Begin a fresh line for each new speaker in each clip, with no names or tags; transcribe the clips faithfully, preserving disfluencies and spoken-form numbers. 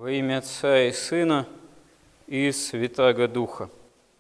Во имя Отца и Сына и Святаго Духа.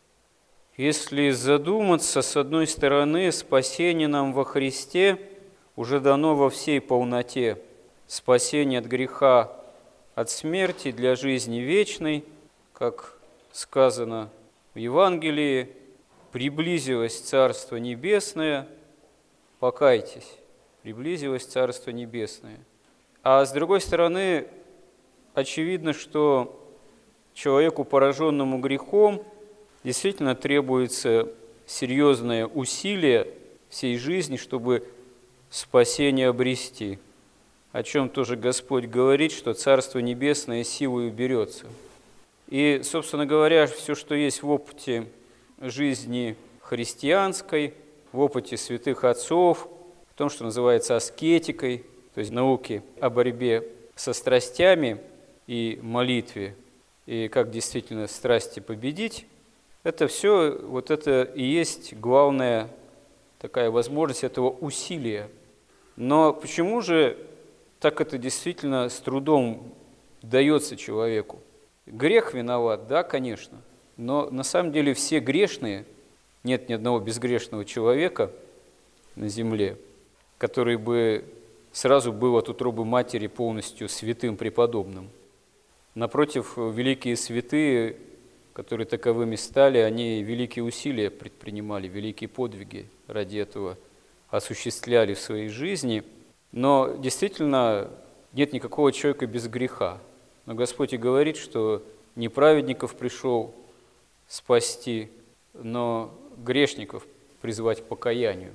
Если задуматься, с одной стороны, спасение нам во Христе уже дано во всей полноте. Спасение от греха, от смерти для жизни вечной, как сказано в Евангелии, приблизилось Царство Небесное, покайтесь, приблизилось Царство Небесное. А с другой стороны, очевидно, что человеку, пораженному грехом, действительно требуется серьезное усилие всей жизни, чтобы спасение обрести, о чем тоже Господь говорит, что Царство Небесное силою берется. И, собственно говоря, все, что есть в опыте жизни христианской, в опыте святых отцов, в том, что называется аскетикой, то есть науки о борьбе со страстями и молитве, и как действительно страсти победить, это все, вот это и есть главная такая возможность этого усилия. Но почему же так это действительно с трудом дается человеку? Грех виноват, да, конечно, но на самом деле все грешные, нет ни одного безгрешного человека на земле, который бы сразу был от утробы матери полностью святым преподобным. Напротив, великие святые, которые таковыми стали, они великие усилия предпринимали, великие подвиги ради этого осуществляли в своей жизни. Но действительно нет никакого человека без греха. Но Господь и говорит, что не праведников пришел спасти, но грешников призвать к покаянию.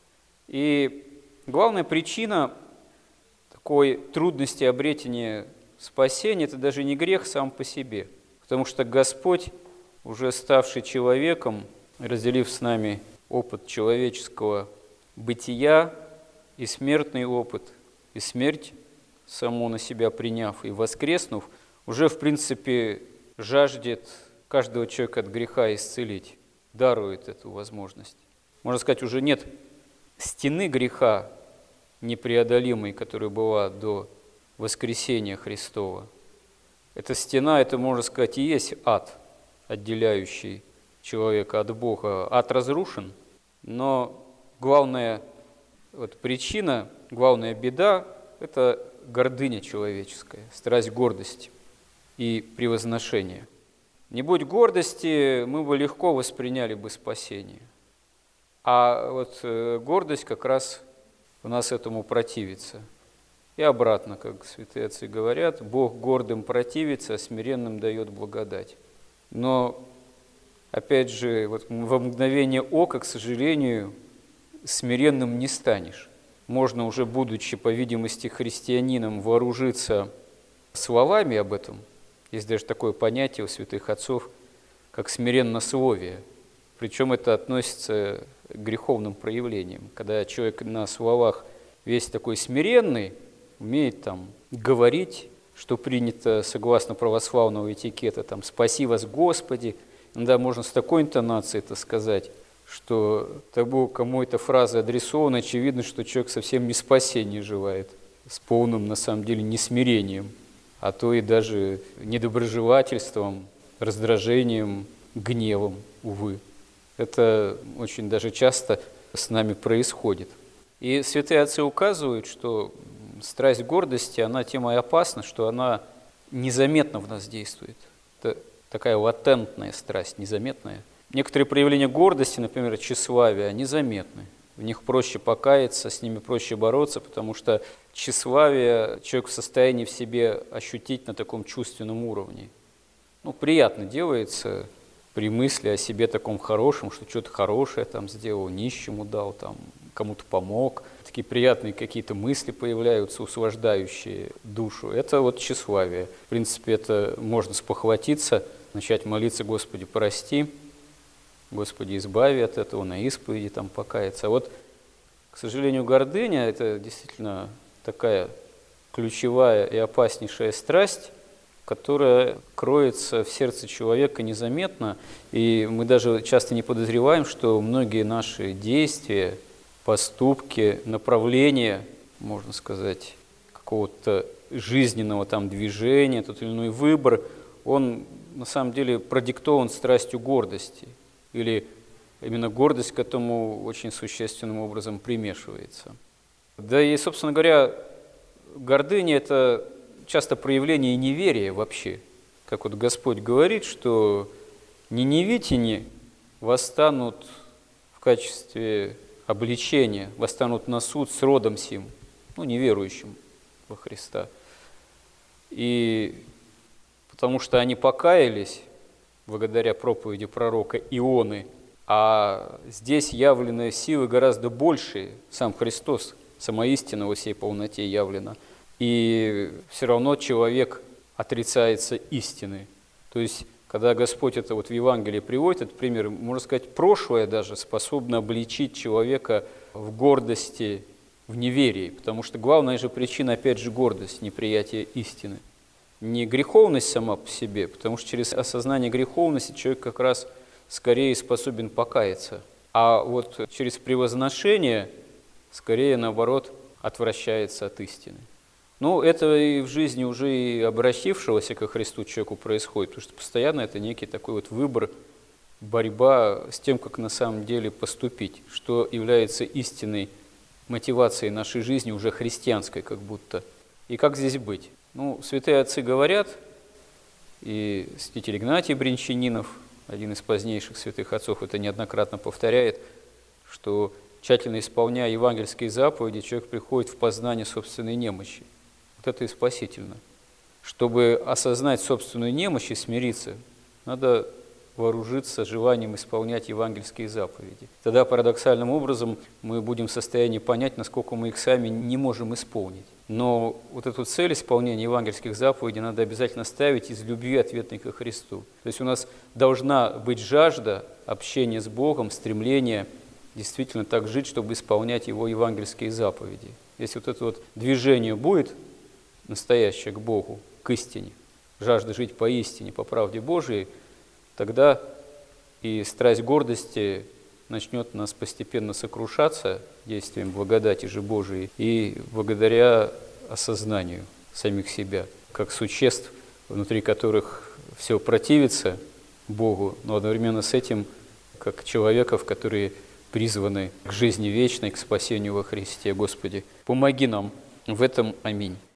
И главная причина такой трудности обретения спасения – это даже не грех сам по себе, потому что Господь, уже ставший человеком, разделив с нами опыт человеческого бытия и смертный опыт, и смерть саму на себя приняв и воскреснув, уже, в принципе, жаждет каждого человека от греха исцелить, дарует эту возможность. Можно сказать, уже нет стены греха непреодолимой, которая была до воскресения Христова. Эта стена, это, можно сказать, и есть ад, отделяющий человека от Бога. Ад разрушен, но главная вот причина, главная беда – это гордыня человеческая, страсть гордости и превозношения. Не будь гордости, мы бы легко восприняли бы спасение. А вот гордость как раз у нас этому противится. И обратно, как святые отцы говорят, Бог гордым противится, а смиренным дает благодать. Но, опять же, вот во мгновение ока, к сожалению, смиренным не станешь. Можно уже, будучи, по видимости, христианином, вооружиться словами об этом. Есть даже такое понятие у святых отцов, как смиреннословие. Причем это относится к греховным проявлениям. Когда человек на словах весь такой смиренный, умеет там говорить, что принято согласно православного этикета, там «спаси вас, Господи». Иногда можно с такой интонацией это сказать, что тому, кому эта фраза адресована, очевидно, что человек совсем не спасения желает, с полным, на самом деле, несмирением, а то и даже недоброжелательством, раздражением, гневом, увы. Это очень даже часто с нами происходит. И святые отцы указывают, что страсть гордости, она тем и опасна, что она незаметно в нас действует. Это такая латентная страсть, незаметная. Некоторые проявления гордости, например, тщеславия, они заметны. В них проще покаяться, с ними проще бороться, потому что тщеславие человек в состоянии в себе ощутить на таком чувственном уровне. Ну, приятно делается при мысли о себе таком хорошем, что что-то хорошее там сделал, нищему дал, там, кому-то помог. Такие приятные какие-то мысли появляются, услаждающие душу. Это вот тщеславие. В принципе, это можно спохватиться, начать молиться: «Господи, прости, Господи, избави от этого, на исповеди там покаяться». А вот, к сожалению, гордыня – это действительно такая ключевая и опаснейшая страсть, которая кроется в сердце человека незаметно, и мы даже часто не подозреваем, что многие наши действия, поступки, направления, можно сказать, какого-то жизненного там движения, тот или иной выбор, он на самом деле продиктован страстью гордости, или именно гордость к этому очень существенным образом примешивается. Да и, собственно говоря, гордыня – это часто проявление неверия вообще. Как вот Господь говорит, что ниневитяне восстанут в качестве обличения, восстанут на суд с родом сим, ну, неверующим во Христа. И потому что они покаялись благодаря проповеди пророка Ионы, а здесь явлены силы гораздо большие, сам Христос, сама истина во всей полноте явлена. И все равно человек отрицается истины. То есть, когда Господь это вот в Евангелии приводит, этот пример, можно сказать, прошлое даже способно обличить человека в гордости, в неверии, потому что главная же причина, опять же, гордость, неприятие истины. Не греховность сама по себе, потому что через осознание греховности человек как раз скорее способен покаяться, а вот через превозношение скорее, наоборот, отвращается от истины. Ну, это и в жизни уже и обратившегося ко Христу человеку происходит, потому что постоянно это некий такой вот выбор, борьба с тем, как на самом деле поступить, что является истинной мотивацией нашей жизни, уже христианской как будто. И как здесь быть? Ну, святые отцы говорят, и святитель Игнатий Бринчанинов, один из позднейших святых отцов, это неоднократно повторяет, что тщательно исполняя евангельские заповеди, человек приходит в познание собственной немощи. Вот это и спасительно. Чтобы осознать собственную немощь и смириться, надо вооружиться желанием исполнять евангельские заповеди. Тогда парадоксальным образом мы будем в состоянии понять, насколько мы их сами не можем исполнить. Но вот эту цель исполнения евангельских заповедей надо обязательно ставить из любви ответной ко Христу. То есть у нас должна быть жажда общения с Богом, стремление действительно так жить, чтобы исполнять Его евангельские заповеди. Если вот это вот движение будет настоящее к Богу, к истине, жажда жить по истине, по правде Божией, тогда и страсть гордости начнет нас постепенно сокрушаться действием благодати же Божией и благодаря осознанию самих себя, как существ, внутри которых все противится Богу, но одновременно с этим как человеков, которые призваны к жизни вечной, к спасению во Христе. Господи, помоги нам в этом. Аминь.